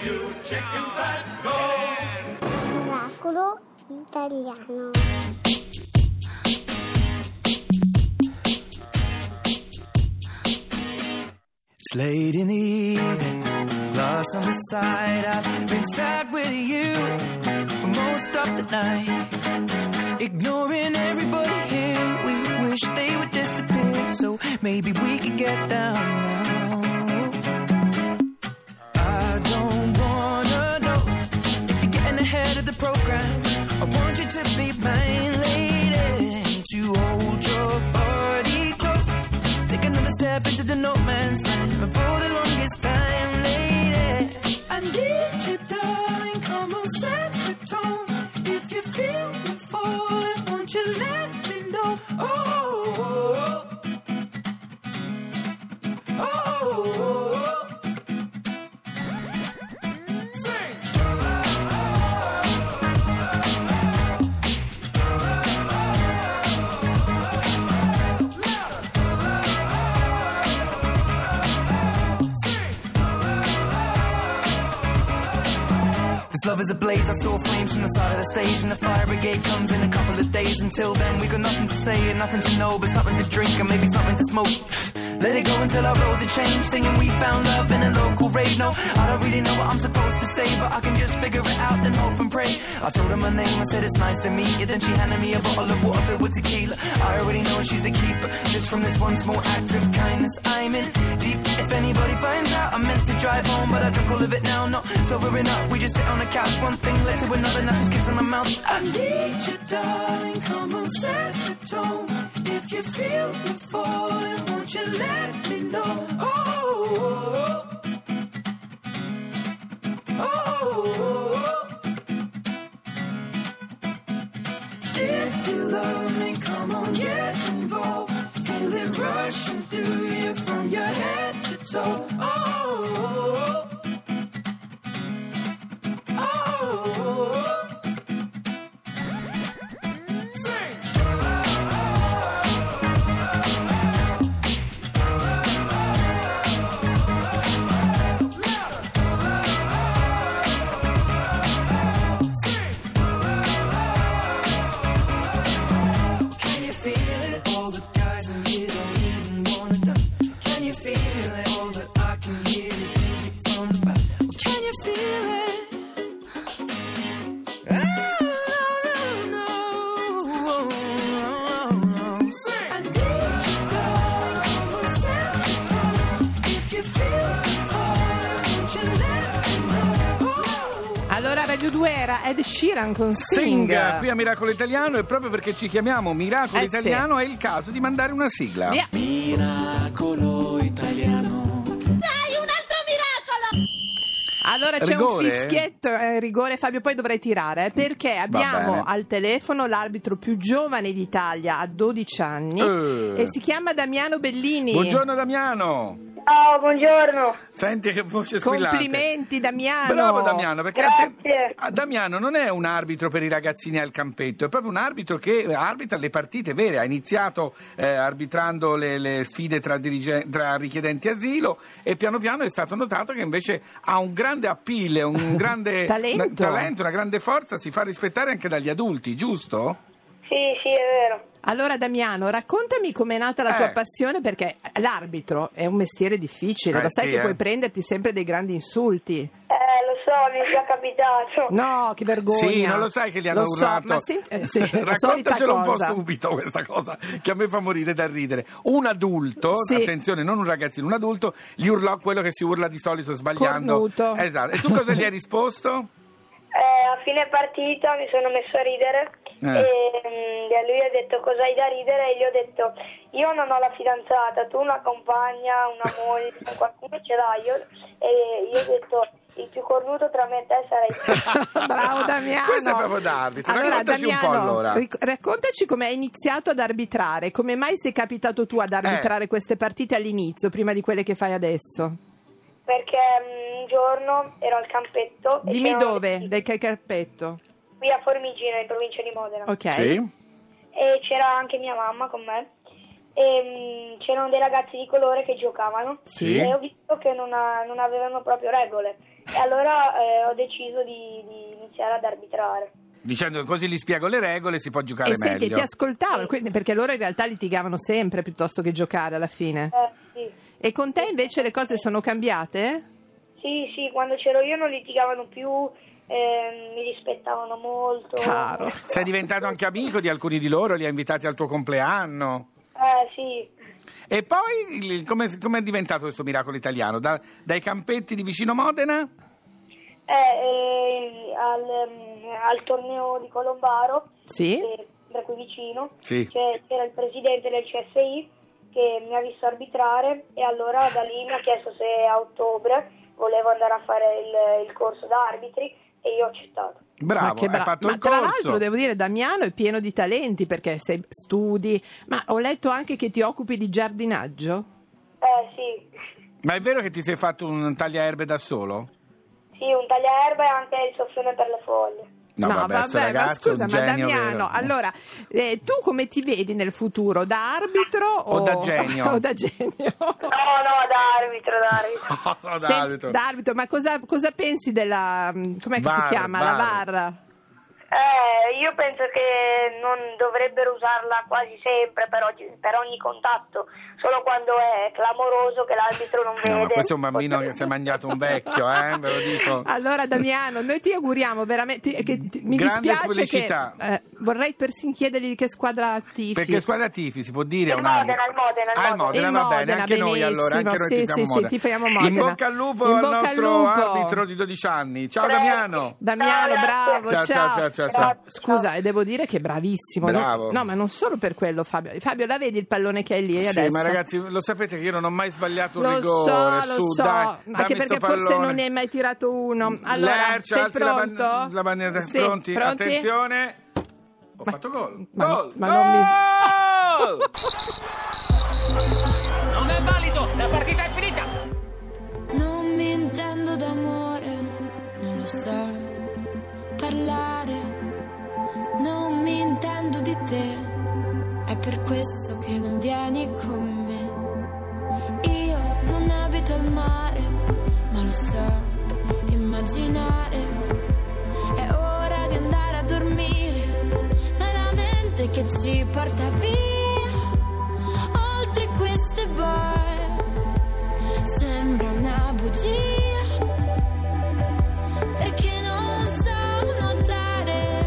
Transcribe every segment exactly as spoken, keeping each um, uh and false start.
you chicken fat, go! Miracolo italiano. It's late in the evening, glass on the side. I've been sad with you for most of the night, ignoring everybody here. We wish they would disappear, so maybe we could get down now. I don't wanna know if you're getting ahead of the program. I want you to be mine, lady, to hold your body close. Take another step into the no man's land for the longest time, lady. I need you, darling, come on, set the tone. If you feel the falling, won't you let me know? Oh, oh, oh, oh. Sing! Love is ablaze, I saw flames from the side of the stage, and the fire brigade comes in a couple of days. Until then we got nothing to say and nothing to know, but something to drink and maybe something to smoke. Let it go until our roads are changed, singing we found love in a local rave. No, I don't really know what I'm supposed to say, but I can just figure it out and hope and pray. I told her my name, I said it's nice to meet you. Then she handed me a bottle of water filled with tequila. I already know she's a keeper, just from this one small act of kindness. I'm in deep, if anybody finds out I meant to drive home, but I drunk all of it now. Not sobering up, we just sit on the couch, one thing led to another, now just kiss on my mouth. I need you, darling, come on, set the tone. If you feel the falling, won't you let me know? Oh, oh, oh. If you love me, come on, get involved. Feel it rushing through you from your head to toe. Oh, oh, oh. Allora Radio due era Ed Sheeran con Sing. Sing, qui a Miracolo Italiano, e proprio perché ci chiamiamo Miracolo Eh, Italiano sì. è il caso di mandare una sigla. Via. Miracolo Italiano. Dai, un altro miracolo! Allora c'è Rigore? un fischietto, eh, rigore Fabio, poi dovrai tirare, eh, perché abbiamo bene. al telefono l'arbitro più giovane d'Italia, ha dodici anni, Eh. e si chiama Damiano Bellini. Buongiorno Damiano. Ciao, buongiorno. Senti che voce squillante. Complimenti Damiano. Bravo Damiano, perché a Grazie. te- a Damiano non è un arbitro per i ragazzini al campetto, è proprio un arbitro che arbitra le partite vere. Ha iniziato eh, arbitrando le, le sfide tra, dirige- tra richiedenti asilo, e piano piano è stato notato che invece ha un grande appeal, un grande Talento. una, talento, una grande forza, si fa rispettare anche dagli adulti, giusto? Sì, sì, è vero. Allora Damiano, raccontami com'è nata la tua Eh. passione, perché l'arbitro è un mestiere difficile, Eh, lo sai sì, che eh. puoi prenderti sempre dei grandi insulti. Eh, lo so, mi è già capitato. No, che vergogna. Sì, non lo sai che gli hanno Lo so, urlato. ma senti- eh, sì, la solita Raccontacelo un po' cosa. subito questa cosa, che a me fa morire da ridere. Un adulto, Sì. attenzione, non un ragazzino, un adulto gli urlò quello che si urla di solito sbagliando. Cornuto. Esatto. E tu cosa gli hai risposto? Eh, a fine partita mi sono messo a ridere Eh. e mm, lui ha detto cosa hai da ridere, e gli ho detto io non ho la fidanzata, tu una compagna, una moglie, qualcuno ce l'hai, io, e io ho detto il più cornuto tra me e te sarai tu. Bravo Damiano. Questo è proprio d'arbitro. Allora, Raccontaci un po' Damiano, allora. ric- raccontaci come hai iniziato ad arbitrare, come mai sei capitato tu ad arbitrare Eh. queste partite all'inizio, prima di quelle che fai adesso? Perché mm, un giorno ero al campetto e Dimmi c'erano dove, dei- del che cappetto. qui a Formigino, in provincia di Modena. Ok. Sì? E c'era anche mia mamma con me e mm, c'erano dei ragazzi di colore che giocavano Sì. e ho visto che non, ha- non avevano proprio regole e allora eh, ho deciso di, di iniziare ad arbitrare. Dicendo che così gli spiego le regole, si può giocare E meglio. senti, ti ascoltavano, quindi- perché loro in realtà litigavano sempre piuttosto che giocare alla fine. Eh, sì. E con te invece le cose sono cambiate? Sì, sì, quando c'ero io non litigavano più, eh, mi rispettavano molto. Caro. Sei diventato anche amico di alcuni di loro, li hai invitati al tuo compleanno. Eh, sì. E poi il- come come è diventato questo miracolo italiano? Da- dai campetti di vicino Modena? Eh, eh, al, ehm, al torneo di Colombaro, Sì? eh, da qui vicino, Sì. c'è- c'era il presidente del C S I che mi ha visto arbitrare e allora da lì mi ha chiesto se a ottobre volevo andare a fare il, il corso da arbitri e io ho accettato. Bravo, Ma, che hai bra- fatto ma il tra corso. l'altro devo dire Damiano è pieno di talenti perché sei, studi, ma ho letto anche che ti occupi di giardinaggio. Eh sì, Ma è vero che ti sei fatto un tagliaerbe da solo? sì, un tagliaerba e anche il soffione per le foglie. No, vabbè, sto ma ragazzo è scusa, un ma genio Damiano, vero. allora, eh, tu come ti vedi nel futuro? Da arbitro o, O da genio? o da genio? No, no, da arbitro, da arbitro. No, da Senti, arbitro. da arbitro, ma cosa, cosa pensi della, com'è che V A R, si chiama? V A La R. V A R? Eh, io penso che non dovrebbero usarla quasi sempre per, oggi- per ogni contatto, solo quando è clamoroso che l'arbitro non vede. No, ma questo è un bambino che si è mangiato un vecchio, eh, ve lo dico. Allora Damiano, noi ti auguriamo veramente che ti- mi Grande dispiace felicità. che eh, vorrei persino chiedergli di che squadra tifi. Perché squadra tifi si può dire? Il un anno? Modena, il Modena, il Ah, il Modena. Modena, Il va bene, Modena, anche noi allora, anche benissimo, noi sì, tifiamo sì, sì, Modena. tifiamo Modena. In bocca al lupo In al bocca al nostro lupo. arbitro di dodici anni. Ciao Prego. Damiano. Damiano, Ciao, bravo, Ciao, ciao, ciao, ciao, ciao. Scusa, e devo dire che è bravissimo. Bravo. No, ma non solo per quello, Fabio. Fabio, la vedi il pallone che hai lì Sì, adesso? ma ragazzi, lo sapete che io non ho mai sbagliato un Lo rigore. so, lo Su, so, dai, anche dammi perché sto forse pallone. non ne hai mai tirato uno. Allora, Lercia, sei alzi la ban- pronto? la bandiera. Sì, Pronti? pronti? Attenzione. Ho fatto gol. ma- Gol. ma non mi- Gol! Non è valido, la partita è finita. Non mi intendo d'amore, non lo so parlare, non mi intendo di te, è per questo che non vieni con me. Io non abito al mare, ma lo so immaginare, è ora di andare a dormire, ma è la mente che ci porta via, oltre queste boe, sembra una bugia, perché non so nuotare.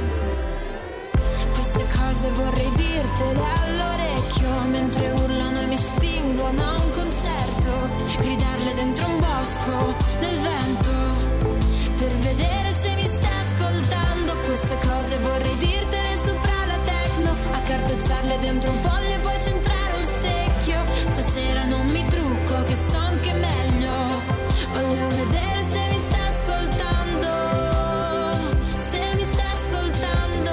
Queste cose vorrei dirtele all'orecchio, mentre urlano e mi spingono a un concerto, gridarle dentro un bosco, nel vento, per vedere se mi stai ascoltando. Queste cose vorrei dirtele sopra la techno, accartocciarle dentro un foglio e poi centrare un secchio. Stasera non mi trucco, che sto anche meglio, voglio vedere se mi stai ascoltando, se mi stai ascoltando.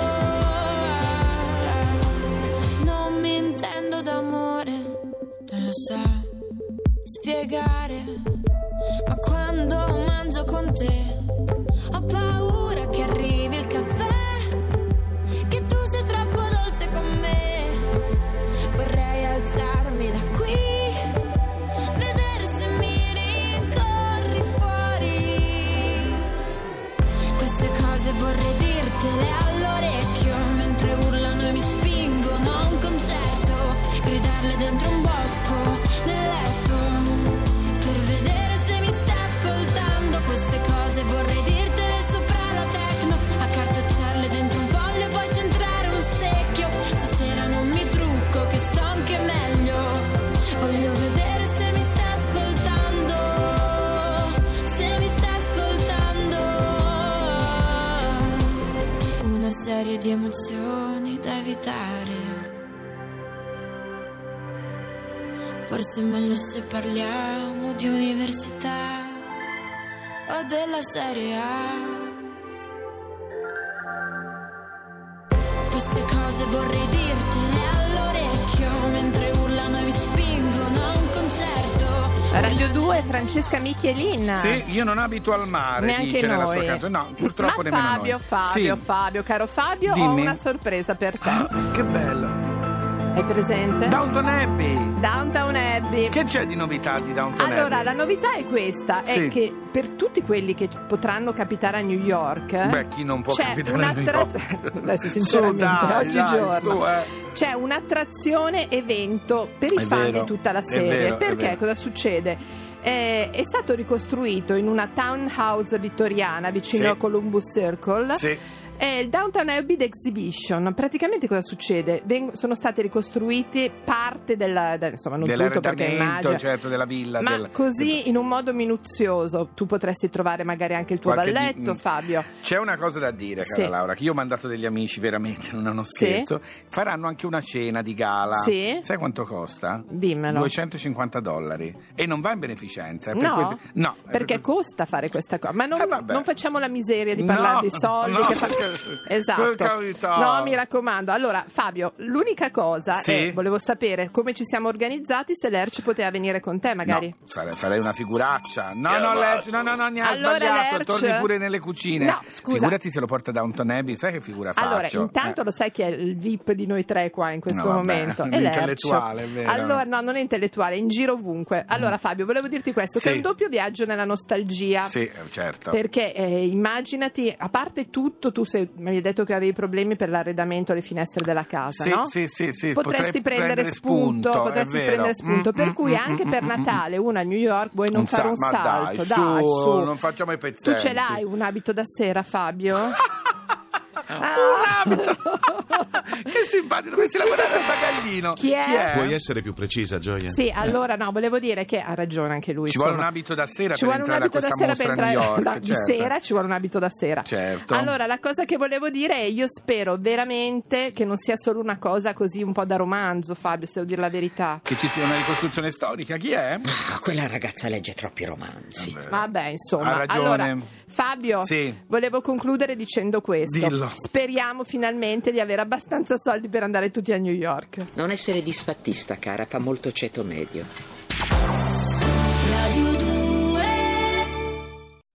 Non mi intendo d'amore, non lo so spiegare, ma quando mangio con te ho paura che arrivi il caffè, che tu sei troppo dolce con me. Vorrei alzarmi da qui, vedere se mi rincorri fuori. Queste cose vorrei dirtele all'orecchio, mentre urlano e mi spingono a un concerto, gridarle dentro un bosco, nel letto, per vedere se mi stai ascoltando. Queste cose vorrei dirtele sopra la techno, accartocciarle dentro un foglio e poi centrare un secchio. Stasera non mi trucco, che sto anche meglio, voglio vedere se mi stai ascoltando, se mi stai ascoltando. Una serie di emozioni da evitare, forse è meglio se parliamo di università o della Serie A. Queste cose vorrei dirtene all'orecchio, mentre urlano e mi spingono a un concerto. Radio due, Francesca Michelin. Sì, io non abito al mare, Neanche dice nella sua noi. canzone. No, purtroppo Ma nemmeno Fabio, noi. Fabio, Sì. Fabio, caro Fabio, ho Dimmi. una sorpresa per te. Ah, che bello. Hai presente? Downton Abbey. Downton Abbey. Che c'è di novità di Downton Allora, Abbey? la novità è questa, Sì. è che per tutti quelli che potranno capitare a New York, Beh, chi non può c'è capitare a New York? un'attrazione. Adesso sinceramente, Su, dai, oggigiorno dai, su, eh. c'è un'attrazione evento per i È fan vero, di tutta la è serie. vero, è Perché vero. cosa succede? Eh, è stato ricostruito in una townhouse vittoriana vicino Sì. a Columbus Circle. Sì. È il Downton Abbey Exhibition. Praticamente cosa succede? Veng- sono state ricostruite parte della, del- insomma non tutto perché Dell'arredamento, immagino, certo, della villa. ma del- così in un modo minuzioso. Tu potresti trovare magari anche il tuo Qualche di- balletto, mm. Fabio. C'è una cosa da dire, cara Sì. Laura, che io ho mandato degli amici, veramente, non è uno scherzo. Faranno anche una cena di gala. Sì. Sai quanto costa? Dimmelo. duecentocinquanta dollari. E non va in beneficenza. è per No, questi- no, è perché per- costa fare questa cosa. Ma non, Eh, vabbè. non facciamo la miseria di parlare No, di soldi. no, che fa- perché- Esatto. per carità. No, mi raccomando. Allora, Fabio, l'unica cosa Sì. è, volevo sapere come ci siamo organizzati, se Lerch poteva venire con te magari. No, sarei- farei una figuraccia. No, no, Lerch, no, no, no, ne ha Allora, sbagliato. Lerch- Torni pure nelle cucine. No, scusa. Figurati se lo porta Downton Abbey, sai che figura faccio? Allora, intanto Eh. lo sai chi è il V I P di noi tre qua in questo No, vabbè, momento? È l'intellettuale, Lerch. è vero. Allora, no, non è intellettuale, è in giro ovunque. Allora, Fabio, volevo dirti questo, che Sì. è un doppio viaggio nella nostalgia. Sì, certo. Perché eh, immaginati, a parte tutto, tu sei, mi hai detto che avevi problemi per l'arredamento alle finestre della casa, Sì, no? sì, sì, sì, Potresti potrei prendere, prendere spunto, spunto, è potresti vero. prendere spunto, Mm, per mm, cui mm, anche mm, per mm, Natale una a New York vuoi non Un fare sa- un ma salto, dai, dai, su, su. non facciamo i Tu pezzenti. ce l'hai un abito da sera, Fabio? Un abito. Che simpatico, dovresti lavorare al bagaglino. Chi è? Puoi essere più precisa, Gioia? Sì, allora no, volevo dire che ha ragione anche lui. Ci vuole insomma. un abito da sera Ci per vuole un entrare a abito da questa sera per mostra a New entrare York, da- di certo. sera, ci vuole un abito da sera. Certo. Allora, la cosa che volevo dire è io spero veramente che non sia solo una cosa così un po' da romanzo, Fabio, se devo dire la verità. Che ci sia una ricostruzione storica, chi è? Ah, quella ragazza legge troppi romanzi. Vabbè, insomma. Ha ragione. Allora, Fabio, Sì. volevo concludere dicendo questo. Dillo. Speriamo finalmente di avere abbastanza soldi per andare tutti a New York. Non essere disfattista, cara, fa molto ceto medio. Radio due